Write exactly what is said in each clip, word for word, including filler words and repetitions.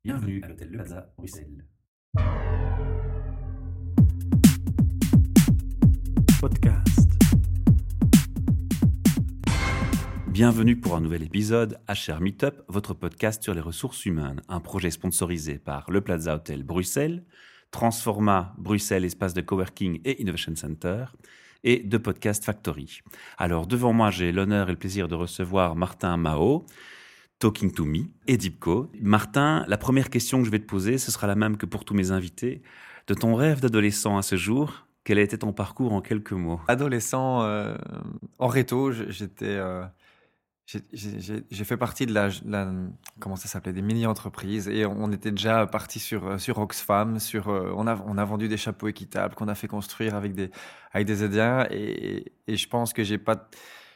Bienvenue à l'hôtel Le Plaza, Bruxelles. Podcast. Bienvenue pour un nouvel épisode H R Meetup, votre podcast sur les ressources humaines, un projet sponsorisé par Le Plaza Hotel Bruxelles, Transforma Bruxelles Espace de Coworking et Innovation Center et de Podcast Factory. Alors devant moi, j'ai l'honneur et le plaisir de recevoir Martin Mao, Talking to Me et Deepco. Martin, la première question que je vais te poser, ce sera la même que pour tous mes invités. De ton rêve d'adolescent à ce jour, quel a été ton parcours en quelques mots ? Adolescent, euh, en réto, j- j'étais, euh, j'ai, j'ai- j'ai- j'ai fait partie de la, la- comment ça s'appelait, des mini-entreprises, et on était déjà parti sur euh, sur Oxfam, sur, euh, on a on a vendu des chapeaux équitables qu'on a fait construire avec des avec des Indiens, et, et je pense que j'ai pas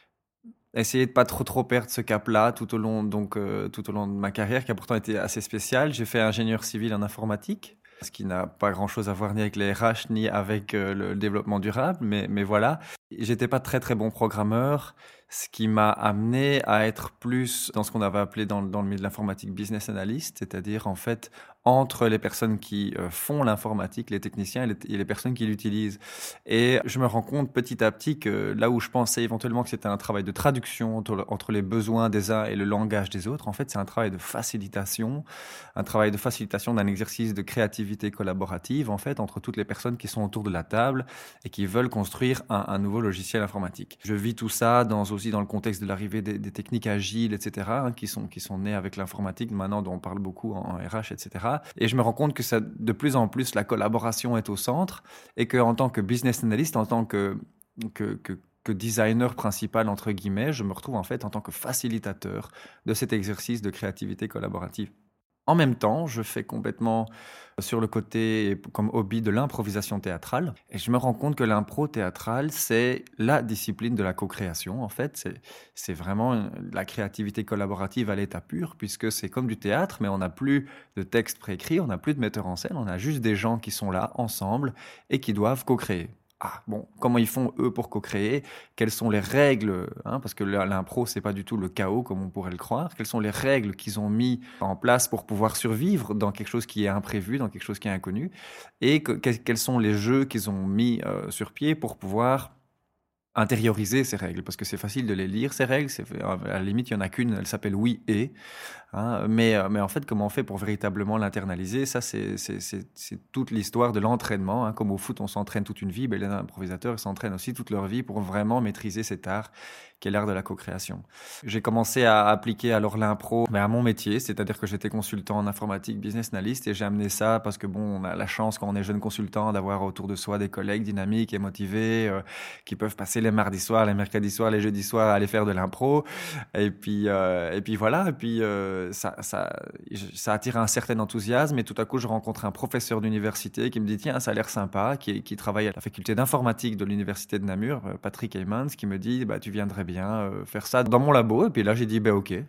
essayé de pas trop trop perdre ce cap-là tout au long donc euh, tout au long de ma carrière, qui a pourtant été assez spéciale. J'ai fait ingénieur civil en informatique, ce qui n'a pas grand-chose à voir ni avec les R H ni avec euh, le développement durable, mais, mais voilà. J'étais pas très très bon programmeur, ce qui m'a amené à être plus dans ce qu'on avait appelé dans, dans le milieu de l'informatique business analyst, c'est-à-dire en fait entre les personnes qui euh, font l'informatique, les techniciens et les, et les personnes qui l'utilisent. Et je me rends compte petit à petit que là où je pensais éventuellement que c'était un travail de traduction entre, entre les besoins des uns et le langage des autres, en fait c'est un travail de facilitation, un travail de facilitation d'un exercice de créativité collaborative en fait entre toutes les personnes qui sont autour de la table et qui veulent construire un, un nouveau logiciel informatique. Je vis tout ça dans, aussi dans le contexte de l'arrivée des, des techniques agiles, et cetera, hein, qui sont, qui sont nées avec l'informatique, maintenant dont on parle beaucoup en, en R H, et cetera. Et je me rends compte que ça, de plus en plus, la collaboration est au centre et qu'en tant que business analyst, en tant que, que, que, que designer principal, entre guillemets, je me retrouve en fait en tant que facilitateur de cet exercice de créativité collaborative. En même temps, je fais complètement sur le côté, comme hobby, de l'improvisation théâtrale. Et je me rends compte que l'impro théâtrale, c'est la discipline de la co-création, en fait. C'est, c'est vraiment la créativité collaborative à l'état pur, puisque c'est comme du théâtre, mais on n'a plus de texte préécrit, on n'a plus de metteur en scène, on a juste des gens qui sont là, ensemble, et qui doivent co-créer. Ah, bon, comment ils font, eux, pour co-créer ? Quelles sont les règles, hein, parce que l'impro, c'est pas du tout le chaos, comme on pourrait le croire. Quelles sont les règles qu'ils ont mis en place pour pouvoir survivre dans quelque chose qui est imprévu, dans quelque chose qui est inconnu ? Et que, quels sont les jeux qu'ils ont mis euh, sur pied pour pouvoir intérioriser ces règles ? Parce que c'est facile de les lire, ces règles. C'est, à la limite, il n'y en a qu'une, elle s'appelle oui et. Hein, mais, mais en fait, comment on fait pour véritablement l'internaliser ? Ça, c'est, c'est, c'est, c'est toute l'histoire de l'entraînement. Hein. Comme au foot, on s'entraîne toute une vie, ben, les improvisateurs ils s'entraînent aussi toute leur vie pour vraiment maîtriser cet art qui est l'art de la co-création. J'ai commencé à appliquer alors l'impro mais à mon métier, c'est-à-dire que j'étais consultant en informatique, business analyst, et j'ai amené ça parce que bon, on a la chance quand on est jeune consultant d'avoir autour de soi des collègues dynamiques et motivés euh, qui peuvent passer les mardis soirs, les mercredis soirs, les jeudis soirs à aller faire de l'impro. Et puis, euh, et puis voilà, et puis euh, ça, ça, ça attire un certain enthousiasme. Et tout à coup, je rencontre un professeur d'université qui me dit tiens, ça a l'air sympa, qui, qui travaille à la faculté d'informatique de l'université de Namur, Patrick Heymans, qui me dit bah, tu viendrais bien euh, faire ça dans mon labo. Et puis là, j'ai dit bah, ok.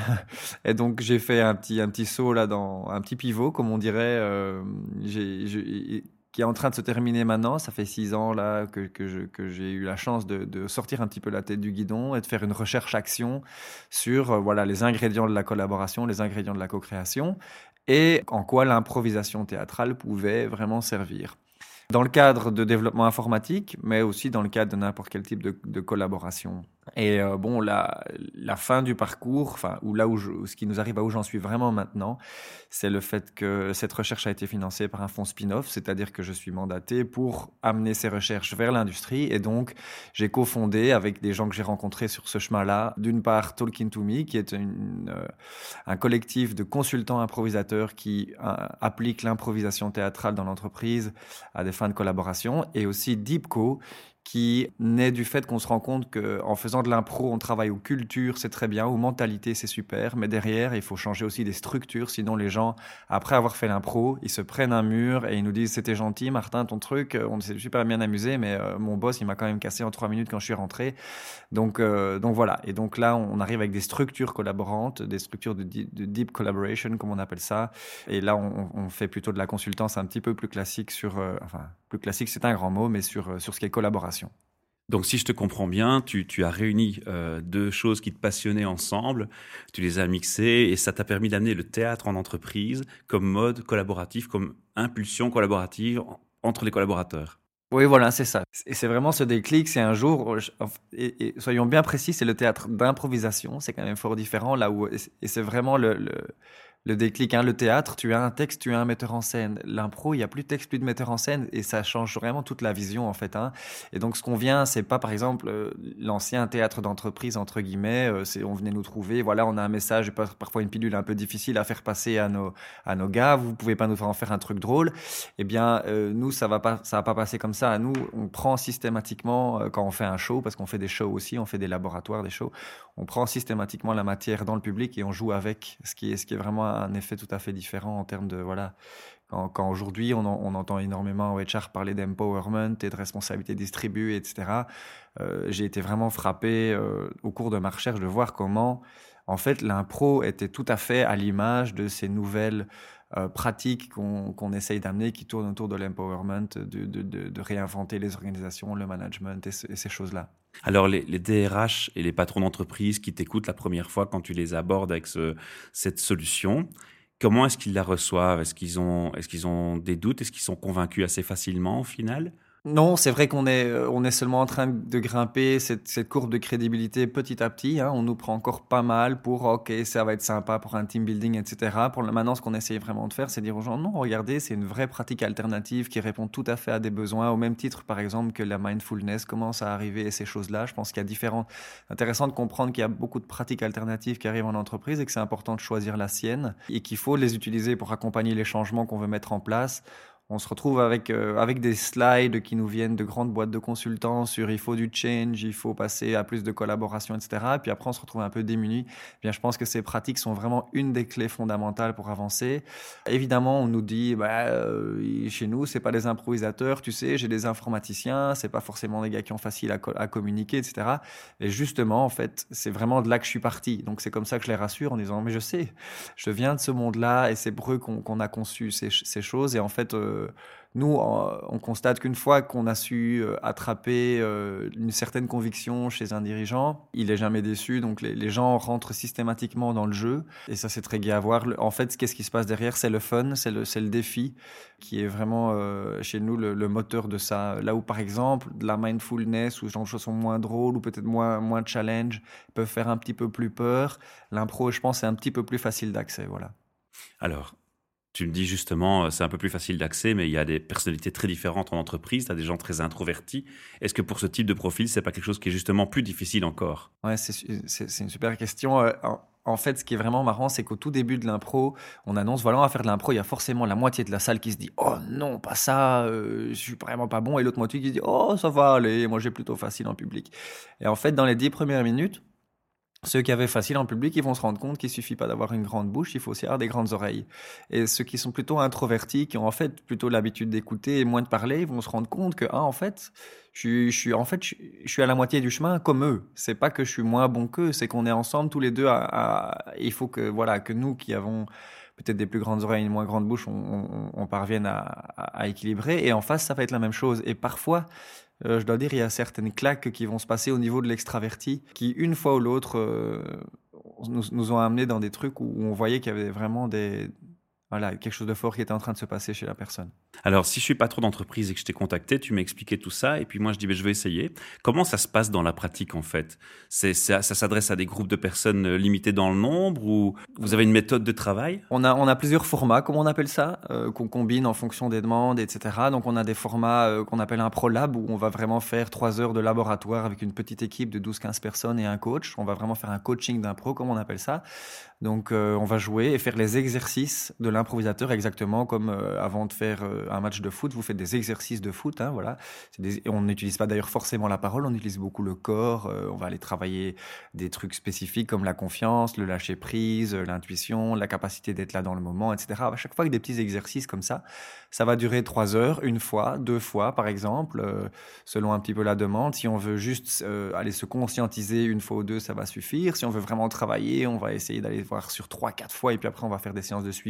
Et donc j'ai fait un petit, un petit saut là, dans un petit pivot, comme on dirait. Euh, j'ai, j'ai, qui est en train de se terminer maintenant. Ça fait six ans là que, que, je, que j'ai eu la chance de, de sortir un petit peu la tête du guidon et de faire une recherche-action sur euh, voilà, les ingrédients de la collaboration, les ingrédients de la co-création et en quoi l'improvisation théâtrale pouvait vraiment servir. Dans le cadre de développement informatique, mais aussi dans le cadre de n'importe quel type de, de collaboration. Et euh, bon, la, la fin du parcours, enfin, ou là où je, ce qui nous arrive à où j'en suis vraiment maintenant, c'est le fait que cette recherche a été financée par un fonds spin-off, c'est-à-dire que je suis mandaté pour amener ces recherches vers l'industrie. Et donc, j'ai cofondé avec des gens que j'ai rencontrés sur ce chemin-là, d'une part Talking to Me, qui est une, euh, un collectif de consultants improvisateurs qui euh, appliquent l'improvisation théâtrale dans l'entreprise à des fins de collaboration, et aussi Deepco, qui naît du fait qu'on se rend compte qu'en faisant de l'impro, on travaille aux cultures, c'est très bien, aux mentalités, c'est super, mais derrière, il faut changer aussi des structures, sinon les gens, après avoir fait l'impro, ils se prennent un mur et ils nous disent « c'était gentil, Martin, ton truc, on s'est super bien amusé, mais euh, mon boss, il m'a quand même cassé en trois minutes quand je suis rentré. » Donc, euh, donc voilà, et donc là, on arrive avec des structures collaborantes, des structures de, deep, de deep collaboration, comme on appelle ça, et là, on, on fait plutôt de la consultance un petit peu plus classique sur, euh, enfin, plus classique, c'est un grand mot, mais sur, sur ce qui est collaboration. Donc, si je te comprends bien, tu, tu as réuni euh, deux choses qui te passionnaient ensemble, tu les as mixées et ça t'a permis d'amener le théâtre en entreprise comme mode collaboratif, comme impulsion collaborative en- entre les collaborateurs. Oui, voilà, c'est ça. Et c'est vraiment ce déclic, c'est un jour, je- et, et soyons bien précis, c'est le théâtre d'improvisation, c'est quand même fort différent là où, et c'est et c'est vraiment le, le, le déclic, hein. Le théâtre, tu as un texte, tu as un metteur en scène. L'impro, il y a plus de texte, plus de metteur en scène, et ça change vraiment toute la vision en fait, hein. Et donc ce qu'on vient, c'est pas par exemple euh, l'ancien théâtre d'entreprise entre guillemets, euh, c'est on venait nous trouver, voilà, on a un message, par- parfois une pilule un peu difficile à faire passer à nos à nos gars, vous pouvez pas nous faire en faire un truc drôle. Eh bien, euh, nous, ça va pas, ça va pas passer comme ça. Nous, on prend systématiquement, euh, quand on fait un show, parce qu'on fait des shows aussi, on fait des laboratoires, des shows, on prend systématiquement la matière dans le public et on joue avec, ce qui est, ce qui est vraiment un effet tout à fait différent en termes de, voilà, quand, quand aujourd'hui on, en- on entend énormément au H R parler d'empowerment et de responsabilité distribuée, et cetera. Euh, j'ai été vraiment frappé euh, au cours de ma recherche de voir comment, en fait, l'impro était tout à fait à l'image de ces nouvelles euh, pratiques qu'on qu'on essaye d'amener, qui tournent autour de l'empowerment, de, de, de, de réinventer les organisations, le management et, ce- et ces choses-là. Alors, les, les D R H et les patrons d'entreprise qui t'écoutent la première fois quand tu les abordes avec ce- cette solution, comment est-ce qu'ils la reçoivent? Est-ce qu'ils ont, est-ce qu'ils ont des doutes? Est-ce qu'ils sont convaincus assez facilement au final? Non, c'est vrai qu'on est, euh, on est seulement en train de grimper cette, cette courbe de crédibilité petit à petit, hein. On nous prend encore pas mal pour, ok, ça va être sympa pour un team building, et cetera. Pour le, maintenant, ce qu'on essaye vraiment de faire, c'est dire aux gens, non, regardez, c'est une vraie pratique alternative qui répond tout à fait à des besoins, au même titre, par exemple, que la mindfulness commence à arriver et ces choses-là. Je pense qu'il y a différents, intéressant de comprendre qu'il y a beaucoup de pratiques alternatives qui arrivent en entreprise et que c'est important de choisir la sienne et qu'il faut les utiliser pour accompagner les changements qu'on veut mettre en place. On se retrouve avec, euh, avec des slides qui nous viennent de grandes boîtes de consultants sur il faut du change, il faut passer à plus de collaboration, et cetera. Et puis après, on se retrouve un peu démunis. Eh bien, je pense que ces pratiques sont vraiment une des clés fondamentales pour avancer. Évidemment, on nous dit, bah, euh, chez nous, c'est pas des improvisateurs, tu sais, j'ai des informaticiens, c'est pas forcément des gars qui ont facile à, co- à communiquer, et cetera. Et justement, en fait, c'est vraiment de là que je suis parti. Donc, c'est comme ça que je les rassure en disant, mais je sais, je viens de ce monde-là et c'est pour eux qu'on qu'on a conçu ces, ces choses. Et en fait, euh, nous, on, on constate qu'une fois qu'on a su euh, attraper euh, une certaine conviction chez un dirigeant, il est jamais déçu. Donc les, les gens rentrent systématiquement dans le jeu. Et ça, c'est très gai à voir. Le- En fait, qu'est-ce qui se passe derrière? C'est le fun, c'est le, c'est le défi qui est vraiment euh, chez nous le, le moteur de ça. Là où, par exemple, de la mindfulness, où les choses sont moins drôles ou peut-être moins, moins challenge, peuvent faire un petit peu plus peur. L'impro, je pense, c'est un petit peu plus facile d'accès. Voilà. Alors, tu me dis justement, euh, c'est un peu plus facile d'accès, mais il y a des personnalités très différentes en entreprise. Tu as des gens très introvertis. Est-ce que pour ce type de profil, c'est pas quelque chose qui est justement plus difficile encore? Ouais, c'est su- c'est c'est une super question. Euh, en, en fait, ce qui est vraiment marrant, c'est qu'au tout début de l'impro, on annonce, voilà, on va faire de l'impro. Il y a forcément la moitié de la salle qui se dit, oh non, pas ça, euh, je suis vraiment pas bon. Et l'autre moitié qui se dit, oh, ça va aller, moi j'ai plutôt facile en public. Et en fait, dans les dix premières minutes, ceux qui avaient facile en public, ils vont se rendre compte qu'il suffit pas d'avoir une grande bouche, il faut aussi avoir des grandes oreilles. Et ceux qui sont plutôt introvertis, qui ont en fait plutôt l'habitude d'écouter et moins de parler, ils vont se rendre compte que, ah, en fait, je suis, je suis, en fait, je, suis je suis à la moitié du chemin comme eux. C'est pas que je suis moins bon qu'eux, c'est qu'on est ensemble tous les deux à, à- il faut que, voilà, que nous qui avons peut-être des plus grandes oreilles et une moins grande bouche, on, on, on parvienne à, à, à équilibrer. Et en face, ça va être la même chose. Et parfois, euh, je dois dire, il y a certaines claques qui vont se passer au niveau de l'extraverti, qui une fois ou l'autre euh, nous, nous ont amenés dans des trucs où, où on voyait qu'il y avait vraiment des, voilà, quelque chose de fort qui était en train de se passer chez la personne. Alors, si je suis patron d'entreprise et que je t'ai contacté, tu m'as expliqué tout ça, et puis moi je dis, ben, je vais essayer. Comment ça se passe dans la pratique en fait? C'est, ça, ça s'adresse à des groupes de personnes euh, limitées dans le nombre, ou vous avez une méthode de travail? On a, on a plusieurs formats, comme on appelle ça, euh, qu'on combine en fonction des demandes, et cetera. Donc on a des formats euh, qu'on appelle un ProLab, où on va vraiment faire trois heures de laboratoire avec une petite équipe de douze quinze personnes et un coach. On va vraiment faire un coaching d'impro, comme on appelle ça. Donc euh, on va jouer et faire les exercices de l'improvisateur exactement comme euh, avant de faire euh, un match de foot, vous faites des exercices de foot, hein, voilà. C'est des- et on n'utilise pas d'ailleurs forcément la parole, on utilise beaucoup le corps, euh, on va aller travailler des trucs spécifiques comme la confiance, le lâcher prise, euh, l'intuition, la capacité d'être là dans le moment, et cetera. À chaque fois avec des petits exercices comme ça, ça va durer trois heures, une fois, deux fois par exemple, euh, selon un petit peu la demande. Si on veut juste euh, aller se conscientiser une fois ou deux, ça va suffire. Si on veut vraiment travailler, on va essayer d'aller voir sur trois, quatre fois et puis après on va faire des séances de suivi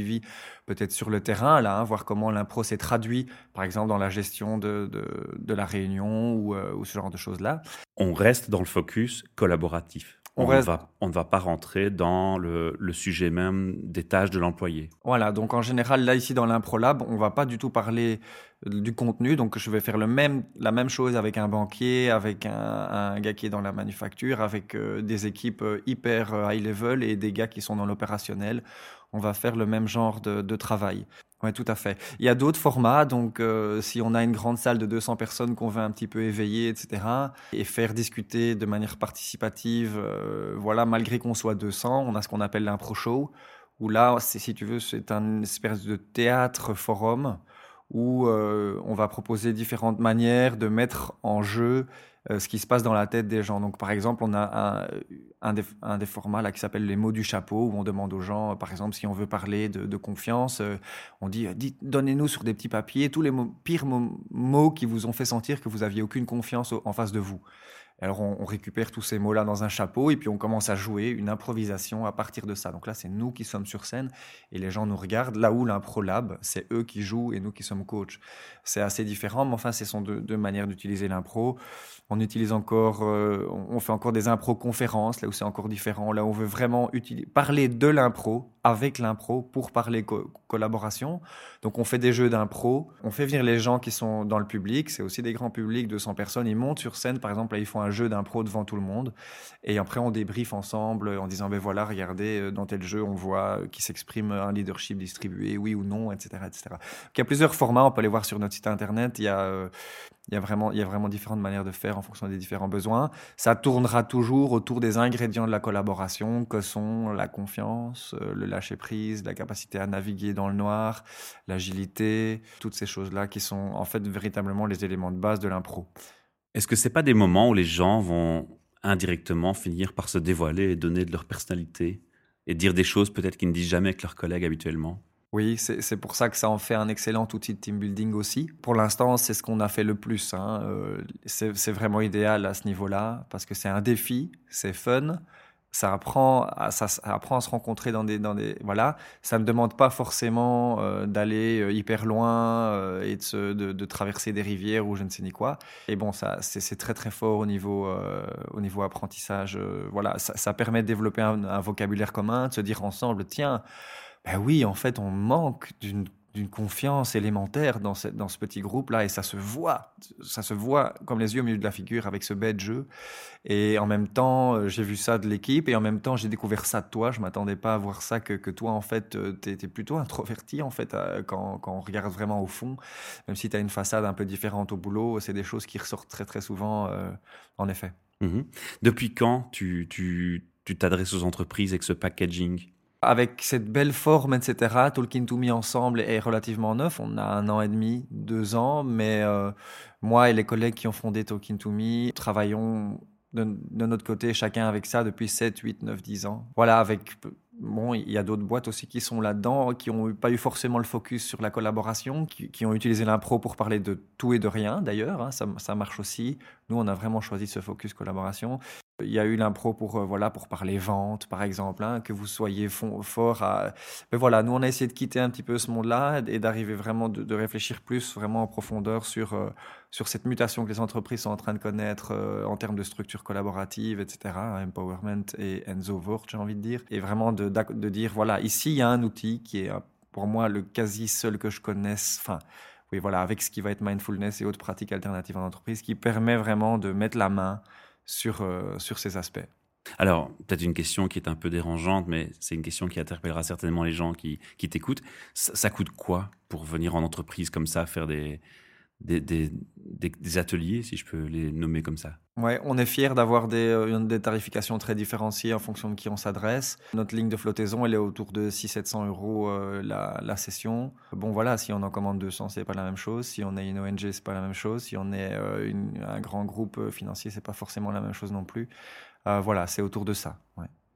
peut-être sur le terrain, là, hein, voir comment l'impro s'est traduit, par exemple, dans la gestion de, de, de la réunion ou, euh, ou ce genre de choses-là. On reste dans le focus collaboratif. On On, reste... ne va, on ne va pas rentrer dans le, le sujet même des tâches de l'employé. Voilà, donc en général, là, ici, dans l'ImproLab, on va pas du tout parler du contenu. Donc, je vais faire le même, la même chose avec un banquier, avec un, un gars qui est dans la manufacture, avec euh, des équipes euh, hyper euh, high level et des gars qui sont dans l'opérationnel. On va faire le même genre de, de travail. Oui, tout à fait. Il y a d'autres formats, donc euh, si on a une grande salle de deux cents personnes qu'on veut un petit peu éveiller, et cetera, et faire discuter de manière participative, euh, voilà, malgré qu'on soit deux cents, on a ce qu'on appelle l'impro show, où là, c'est, si tu veux, c'est une espèce de théâtre forum où euh, on va proposer différentes manières de mettre en jeu euh, ce qui se passe dans la tête des gens. Donc, par exemple, on a un, un, des, un des formats là qui s'appelle les mots du chapeau, où on demande aux gens, par exemple, si on veut parler de, de confiance, euh, on dit, dites, donnez-nous sur des petits papiers tous les mots, pires mots, mots qui vous ont fait sentir que vous aviez aucune confiance au, en face de vous. Alors on, on récupère tous ces mots-là dans un chapeau et puis on commence à jouer une improvisation à partir de ça. Donc là, c'est nous qui sommes sur scène et les gens nous regardent. Là où l'ImproLab, c'est eux qui jouent et nous qui sommes coachs. C'est assez différent, mais enfin, ce sont deux, deux manières d'utiliser l'impro. On utilise encore, euh, on fait encore des impro-conférences, là où c'est encore différent. Là où on veut vraiment utiliser, parler de l'impro avec l'impro pour parler co- collaboration. Donc on fait des jeux d'impro, on fait venir les gens qui sont dans le public, c'est aussi des grands publics, deux cents personnes, ils montent sur scène, par exemple, là ils font un jeu d'impro devant tout le monde, et après on débriefe ensemble en disant, ben voilà, regardez, dans tel jeu, on voit qui s'exprime un leadership distribué, oui ou non, et cetera, et cetera. Donc, il y a plusieurs formats, on peut aller voir sur notre site internet, il y a... Euh, Il y, a vraiment, il y a vraiment différentes manières de faire en fonction des différents besoins. Ça tournera toujours autour des ingrédients de la collaboration, que sont la confiance, le lâcher-prise, la capacité à naviguer dans le noir, l'agilité, toutes ces choses-là qui sont en fait véritablement les éléments de base de l'impro. Est-ce que ce n'est pas des moments où les gens vont indirectement finir par se dévoiler et donner de leur personnalité et dire des choses peut-être qu'ils ne disent jamais avec leurs collègues habituellement ? Oui, c'est, c'est pour ça que ça en fait un excellent outil de team building aussi. Pour l'instant, c'est ce qu'on a fait le plus. Hein. Euh, c'est, c'est vraiment idéal à ce niveau-là parce que c'est un défi, c'est fun, ça apprend à, ça, ça apprend à se rencontrer dans des, dans des... Voilà, ça ne demande pas forcément euh, d'aller euh, hyper loin euh, et de, se, de, de traverser des rivières ou je ne sais ni quoi. Et bon, ça, c'est, c'est très très fort au niveau, euh, au niveau apprentissage. Euh, voilà, ça, ça permet de développer un, un vocabulaire commun, de se dire ensemble, tiens... Ben oui, en fait, on manque d'une, d'une confiance élémentaire dans, cette, dans ce petit groupe-là et ça se voit, ça se voit comme les yeux au milieu de la figure avec ce bête jeu. Et en même temps, j'ai vu ça de l'équipe et en même temps, j'ai découvert ça de toi. Je ne m'attendais pas à voir ça, que, que toi, en fait, tu étais plutôt introverti, en fait, quand, quand on regarde vraiment au fond. Même si tu as une façade un peu différente au boulot, c'est des choses qui ressortent très, très souvent, euh, en effet. Mmh. Depuis quand tu, tu, tu t'adresses aux entreprises avec ce packaging ? Avec cette belle forme, et cetera, Talking to Me ensemble est relativement neuf. On a un an et demi, deux ans, mais euh, moi et les collègues qui ont fondé Talking to Me travaillons de, de notre côté, chacun avec ça depuis sept, huit, neuf, dix ans. Voilà, avec... Bon, il y a d'autres boîtes aussi qui sont là-dedans, qui n'ont pas eu forcément le focus sur la collaboration, qui, qui ont utilisé l'impro pour parler de tout et de rien, d'ailleurs. Hein, ça, ça marche aussi. Nous, on a vraiment choisi ce focus collaboration. Il y a eu l'impro pour, euh, voilà, pour parler vente, par exemple, hein, que vous soyez fond, fort à... Mais voilà, nous, on a essayé de quitter un petit peu ce monde-là et d'arriver vraiment, de, de réfléchir plus, vraiment en profondeur sur, euh, sur cette mutation que les entreprises sont en train de connaître euh, en termes de structure collaborative, et cetera, empowerment et Enzo Wort, j'ai envie de dire. Et vraiment de, de dire, voilà, ici, il y a un outil qui est, pour moi, le quasi seul que je connaisse, enfin... Oui, voilà, avec ce qui va être mindfulness et autres pratiques alternatives en entreprise, qui permet vraiment de mettre la main sur, euh, sur ces aspects. Alors, peut-être une question qui est un peu dérangeante, mais c'est une question qui interpellera certainement les gens qui, qui t'écoutent. Ça, ça coûte quoi pour venir en entreprise comme ça, faire des, des, des, des, des ateliers, si je peux les nommer comme ça? Ouais, on est fiers d'avoir des, euh, des tarifications très différenciées en fonction de qui on s'adresse. Notre ligne de flottaison, elle est autour de six cents à sept cents euros euh, la, la session. Bon, voilà, si on en commande deux cents, c'est pas la même chose. Si on est une O N G, c'est pas la même chose. Si on est euh, une, un grand groupe financier, c'est pas forcément la même chose non plus. Euh, voilà, c'est autour de ça. Ouais.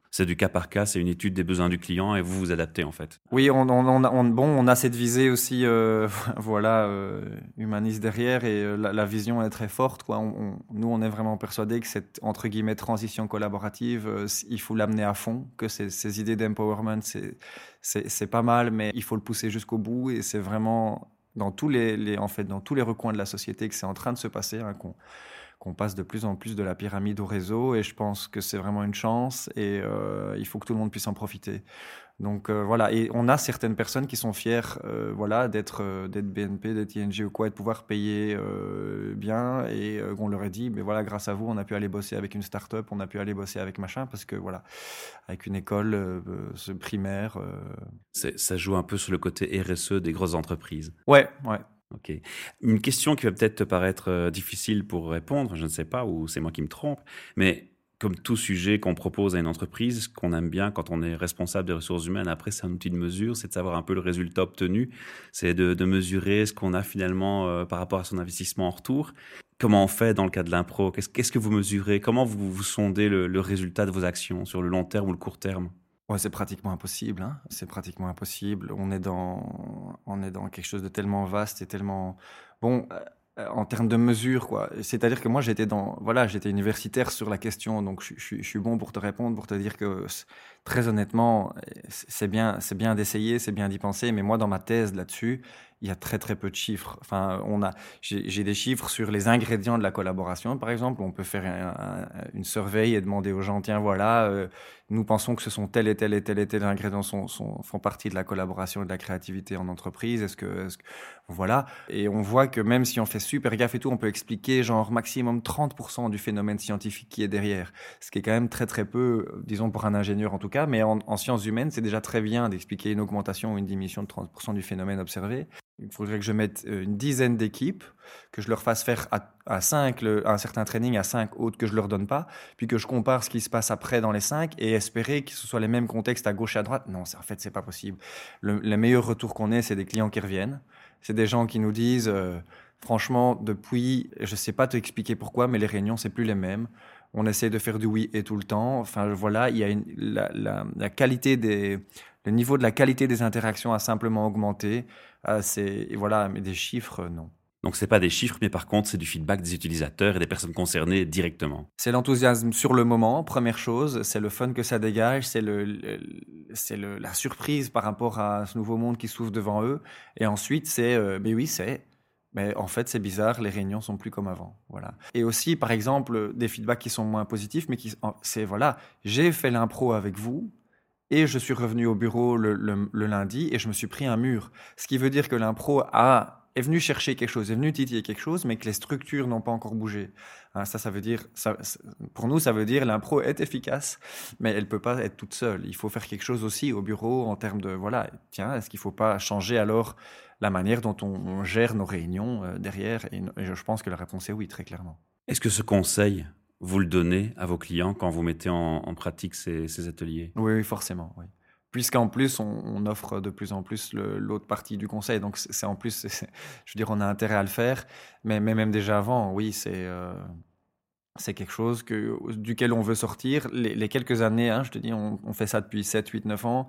C'est du cas par cas, c'est une étude des besoins du client et vous vous adaptez en fait. Oui, on, on, on, a- on- bon, on a cette visée aussi, euh, voilà, euh, humaniste derrière et euh, la, la vision est très forte, quoi. On, on- nous, on est vraiment persuadés que cette entre guillemets transition collaborative, euh, c- il faut l'amener à fond, que ces, ces idées d'empowerment, c'est, c'est, c'est pas mal, mais il faut le pousser jusqu'au bout et c'est vraiment dans tous les, les, en fait, dans tous les recoins de la société que c'est en train de se passer, hein, qu'on qu'on passe de plus en plus de la pyramide au réseau et je pense que c'est vraiment une chance et euh, il faut que tout le monde puisse en profiter. Donc euh, voilà, et on a certaines personnes qui sont fières euh, voilà, d'être euh, d'être B N P, d'être I N G ou quoi, et de pouvoir payer euh, bien et euh, on leur a dit, mais voilà, grâce à vous, on a pu aller bosser avec une start-up, on a pu aller bosser avec machin, parce que voilà, avec une école euh, euh, primaire. euh, C'est- ça joue un peu sur le côté R S E des grosses entreprises. Ouais, ouais. Ok. Une question qui va peut-être te paraître euh, difficile pour répondre, je ne sais pas, ou c'est moi qui me trompe, mais comme tout sujet qu'on propose à une entreprise, ce qu'on aime bien quand on est responsable des ressources humaines, après c'est un outil de mesure, c'est de savoir un peu le résultat obtenu, c'est de, de mesurer ce qu'on a finalement euh, par rapport à son investissement en retour. Comment on fait dans le cas de l'impro? Qu'est-ce, qu'est-ce que vous mesurez? Comment vous, vous sondez le, le résultat de vos actions sur le long terme ou le court terme? Ouais, c'est pratiquement impossible, hein. C'est pratiquement impossible. On est dans, on est dans quelque chose de tellement vaste et tellement bon euh, en termes de mesure, quoi. C'est-à-dire que moi, j'étais dans, voilà, j'étais universitaire sur la question, donc je, je suis je suis bon pour te répondre, pour te dire que c- très honnêtement, euh, c'est bien, c'est bien d'essayer, c'est bien d'y penser, mais moi, dans ma thèse là-dessus, il y a très très peu de chiffres. Enfin, on a, j'ai j'ai des chiffres sur les ingrédients de la collaboration, par exemple. On peut faire un- un- une surveille et demander aux gens, tiens, voilà. euh, nous pensons que ce sont tel et tel et tel et tel ingrédients sont, sont, font partie de la collaboration et de la créativité en entreprise. Est-ce que, est-ce que- voilà. Et on voit que même si on fait super gaffe et tout, on peut expliquer genre maximum trente pour cent du phénomène scientifique qui est derrière. Ce qui est quand même très très peu, euh, disons pour un ingénieur en tout cas, mais en, en sciences humaines, c'est déjà très bien d'expliquer une augmentation ou une diminution de trente pour cent du phénomène observé. Il faudrait que je mette euh, une dizaine d'équipes, que je leur fasse faire à, à cinq le, un certain training, à cinq autres que je leur donne pas, puis que je compare ce qui se passe après dans les cinq et espérer que ce soit les mêmes contextes à gauche et à droite. Non, c'est- en fait, c'est pas possible. Le, le meilleur retour qu'on ait, c'est des clients qui reviennent. C'est des gens qui nous disent, euh, franchement, depuis, je sais pas te expliquer pourquoi, mais les réunions, c'est plus les mêmes. On essaie de faire du oui et tout le temps. Enfin, voilà, il y a une, la, la, la qualité des, le niveau de la qualité des interactions a simplement augmenté. Euh, c'est, et voilà, mais des chiffres, euh, non. Donc c'est pas des chiffres, mais par contre c'est du feedback des utilisateurs et des personnes concernées directement. C'est l'enthousiasme sur le moment, première chose. C'est le fun que ça dégage. C'est le, le- c'est le, la surprise par rapport à ce nouveau monde qui s'ouvre devant eux. Et ensuite, c'est, euh, mais oui, c'est, mais en fait, c'est bizarre. Les réunions sont plus comme avant. Voilà. Et aussi, par exemple, des feedbacks qui sont moins positifs, mais qui, c'est voilà, j'ai fait l'impro avec vous. Et je suis revenu au bureau le, le- le lundi et je me suis pris un mur. Ce qui veut dire que l'impro a, est venu chercher quelque chose, est venu titiller quelque chose, mais que les structures n'ont pas encore bougé. Hein, ça, ça veut dire, ça, ça- pour nous, ça veut dire l'impro est efficace, mais elle peut pas être toute seule. Il faut faire quelque chose aussi au bureau en termes de, voilà, tiens, est-ce qu'il faut pas changer alors la manière dont on, on gère nos réunions euh, derrière et, et je pense que la réponse est oui, très clairement. Est-ce que ce conseil, vous le donnez à vos clients quand vous mettez en, en pratique ces, ces ateliers? Oui, oui, forcément, oui. Puisqu'en plus, on, on offre de plus en plus le- l'autre partie du conseil. Donc, c'est c'est en plus, c'est- c'est- je veux dire, on a intérêt à le faire. Mais, mais même déjà avant, oui, c'est euh, c'est quelque chose que, duquel on veut sortir. Les, les quelques années, hein, je te dis, on, on fait ça depuis sept, huit, neuf ans.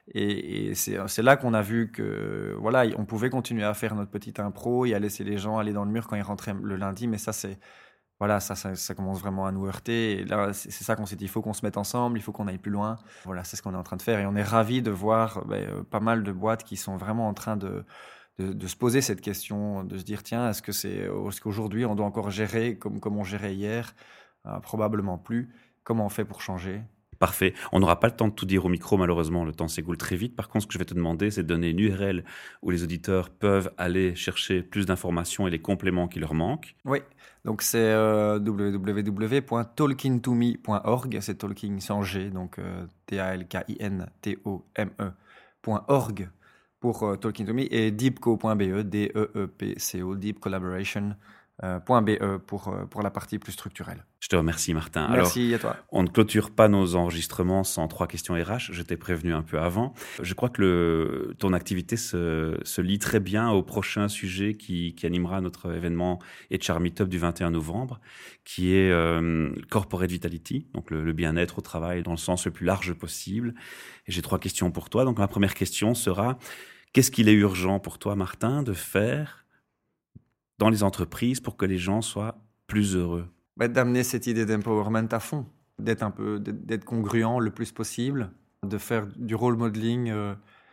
Et, et c'est c'est là qu'on a vu que, voilà, on pouvait continuer à faire notre petite impro et à laisser les gens aller dans le mur quand ils rentraient le lundi. Mais ça, c'est voilà, ça, ça, ça commence vraiment à nous heurter. Et là, c'est c'est ça qu'on s'est dit, il faut qu'on se mette ensemble, il faut qu'on aille plus loin. Voilà, c'est ce qu'on est en train de faire. Et on est ravis de voir ben, euh, pas mal de boîtes qui sont vraiment en train de, de, de se poser cette question, de se dire, tiens, est-ce que c'est, est-ce qu'aujourd'hui on doit encore gérer comme, comme on gérait hier? Euh, probablement plus. Comment on fait pour changer? Parfait. On n'aura pas le temps de tout dire au micro, malheureusement, le temps s'écoule très vite. Par contre, ce que je vais te demander, c'est de donner une U R L où les auditeurs peuvent aller chercher plus d'informations et les compléments qui leur manquent. Oui, donc c'est euh, w w w point talking to me point org, c'est talking sans G, donc euh, T A L K I N T O M E point org pour euh, Talking to me et deepco point b e, D E E P C O, Deep Collaboration, euh, .be pour, euh, pour la partie plus structurelle. Je te remercie, Martin. Merci Alors, à toi. on ne clôture pas nos enregistrements sans trois questions R H. Je t'ai prévenu un peu avant. Je crois que le, ton activité se, se lie très bien au prochain sujet qui, qui animera notre événement H R Meetup du vingt et un novembre, qui est euh, Corporate Vitality, donc le, le bien-être au travail dans le sens le plus large possible. Et j'ai trois questions pour toi. Donc, ma première question sera, qu'est-ce qu'il est urgent pour toi, Martin, de faire dans les entreprises pour que les gens soient plus heureux? Bah, d'amener cette idée d'empowerment à fond, d'être un peu, d'être d'être congruent le plus possible, de faire du role modeling euh,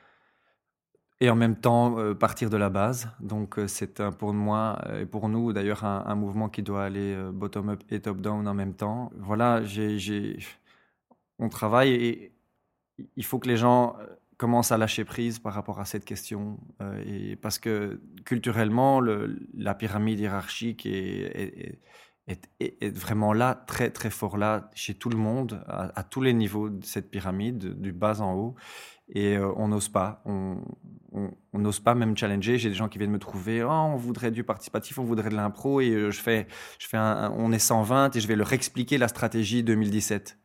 et en même temps euh, partir de la base. Donc euh, c'est un, pour moi euh, et pour nous d'ailleurs un, un mouvement qui doit aller euh, bottom-up et top-down en même temps. Voilà, j'ai, j'ai, on travaille et il faut que les gens euh, commencent à lâcher prise par rapport à cette question. euh, et parce que culturellement, le, la pyramide hiérarchique est, est, est, est, est vraiment là, très très fort là, chez tout le monde, à, à tous les niveaux de cette pyramide, du bas en haut. Et euh, on n'ose pas, on on- on n'ose pas même challenger. J'ai des gens qui viennent me trouver, oh, on voudrait du participatif, on voudrait de l'impro, et euh, je fais, je fais un, un- on est cent vingt et je vais leur expliquer la stratégie deux mille dix-sept.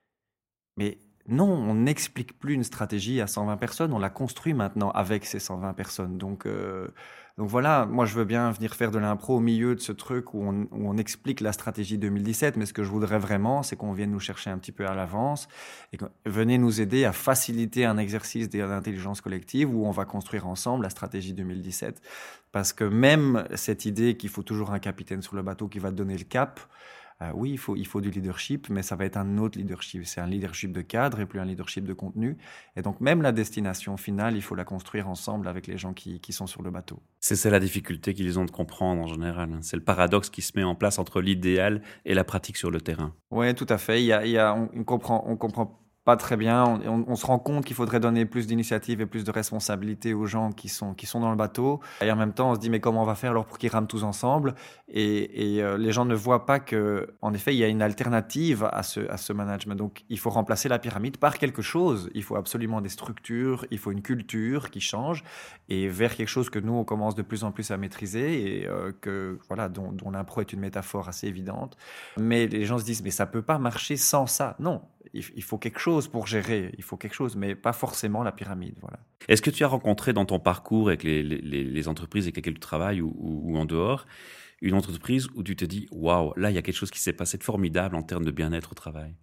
Mais non, on n'explique plus une stratégie à cent vingt personnes, on la construit maintenant avec ces cent vingt personnes. Donc, euh, donc voilà, moi je veux bien venir faire de l'impro au milieu de ce truc où on, où on explique la stratégie deux mille dix-sept, mais ce que je voudrais vraiment, c'est qu'on vienne nous chercher un petit peu à l'avance et que venez nous aider à faciliter un exercice d'intelligence collective où on va construire ensemble la stratégie deux mille dix-sept. Parce que même cette idée qu'il faut toujours un capitaine sur le bateau qui va te donner le cap, euh, oui, il faut, il faut du leadership, mais ça va être un autre leadership. C'est un leadership de cadre et plus un leadership de contenu. Et donc, même la destination finale, il faut la construire ensemble avec les gens qui, qui sont sur le bateau. C'est ça la difficulté qu'ils ont de comprendre en général. C'est le paradoxe qui se met en place entre l'idéal et la pratique sur le terrain. Oui, tout à fait. Il y a, il y a, on, on comprend, on comprend pas très bien. On, on- on se rend compte qu'il faudrait donner plus d'initiative et plus de responsabilité aux gens qui sont, qui sont dans le bateau. Et en même temps, on se dit, mais comment on va faire alors pour qu'ils rament tous ensemble? Et, et euh, les gens ne voient pas que, en effet, il y a une alternative à ce, à ce management. Donc, il faut remplacer la pyramide par quelque chose. Il faut absolument des structures, il faut une culture qui change et vers quelque chose que nous, on commence de plus en plus à maîtriser et euh, que, voilà, dont, dont l'impro est une métaphore assez évidente. Mais les gens se disent, mais ça peut pas marcher sans ça. Non, il, il faut quelque chose pour gérer, il faut quelque chose, mais pas forcément la pyramide. Voilà. Est-ce que tu as rencontré dans ton parcours avec les, les- les- les entreprises avec lesquelles tu travailles ou, ou- ou en dehors, une entreprise où tu te dis, waouh, là, il y a quelque chose qui s'est passé de formidable en termes de bien-être au travail?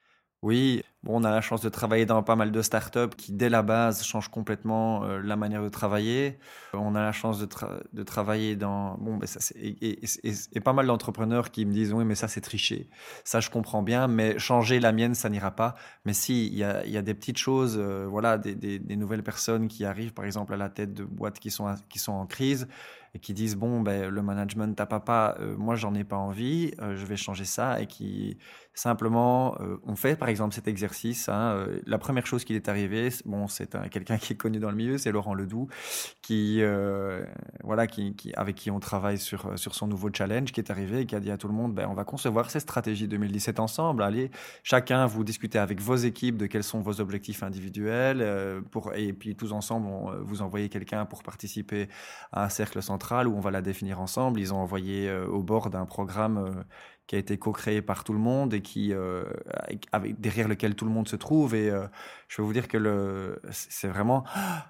Oui, bon, on a la chance de travailler dans pas mal de startups qui, dès la base, changent complètement euh, la manière de travailler. Euh, On a la chance de, tra- de travailler dans... Bon, ben ça, c'est- et, et- et- et pas mal d'entrepreneurs qui me disent, oui, mais ça, c'est tricher. Ça, je comprends bien, mais changer la mienne, ça n'ira pas. Mais si, il y a, il y a des petites choses, euh, voilà, des, des- des nouvelles personnes qui arrivent, par exemple, à la tête de boîtes qui sont, à- qui sont en crise et qui disent, bon, ben, le management, t'as papa, euh, moi, j'en ai pas envie, euh, je vais changer ça, et qui simplement, euh, on fait par exemple cet exercice. Hein, euh, la première chose qui est arrivée, c'est- bon, c'est un- quelqu'un qui est connu dans le milieu, c'est Laurent Ledoux, qui, euh, voilà, qui, qui- avec qui on travaille sur, euh, sur son nouveau challenge, qui est arrivé et qui a dit à tout le monde, ben, on va concevoir ces stratégies deux mille dix-sept ensemble. Allez, chacun, vous discutez avec vos équipes de quels sont vos objectifs individuels, euh, pour, et puis tous ensemble, on, euh, vous envoyez quelqu'un pour participer à un cercle central où on va la définir ensemble. Ils ont envoyé euh, au bord d'un programme euh, qui a été co-créé par tout le monde et qui, euh, avec, avec- derrière lequel tout le monde se trouve. Et euh, je peux vous dire que le, c'est vraiment...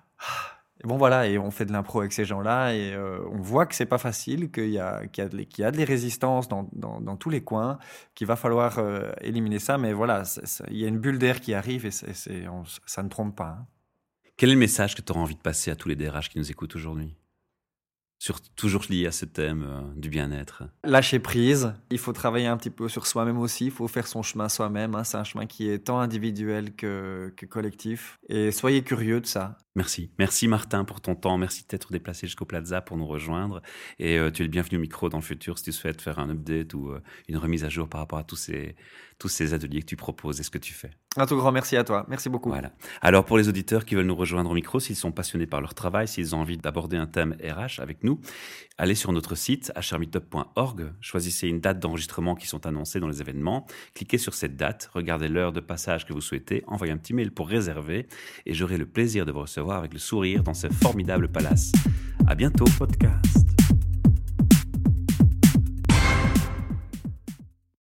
Et bon voilà, et on fait de l'impro avec ces gens-là et euh, on voit que c'est pas facile, qu'il y a, qu'il y a, de, qu'il y a de les résistances dans, dans, dans tous les coins, qu'il va falloir euh, éliminer ça. Mais voilà, c'est- c'est- il y a une bulle d'air qui arrive et c'est, c'est- on- ça ne trompe pas. Hein. Quel est le message que tu auras envie de passer à tous les D R H qui nous écoutent aujourd'hui? Sur, toujours lié à ce thème euh, du bien-être. Lâcher prise, il faut travailler un petit peu sur soi-même aussi, il faut faire son chemin soi-même, hein. C'est un chemin qui est tant individuel que, que collectif. Et soyez curieux de ça. Merci. Merci Martin pour ton temps. Merci de t'être déplacé jusqu'au Plaza pour nous rejoindre. Et euh, tu es le bienvenu au micro dans le futur si tu souhaites faire un update ou euh, une remise à jour par rapport à tous ces, tous ces ateliers que tu proposes et ce que tu fais. Un tout grand merci à toi. Merci beaucoup. Voilà. Alors pour les auditeurs qui veulent nous rejoindre au micro, s'ils sont passionnés par leur travail, s'ils ont envie d'aborder un thème R H avec nous, allez sur notre site h r meetup point org, choisissez une date d'enregistrement qui sont annoncées dans les événements, cliquez sur cette date, regardez l'heure de passage que vous souhaitez, envoyez un petit mail pour réserver et j'aurai le plaisir de vous recevoir avec le sourire dans ce formidable palace. À bientôt, podcast.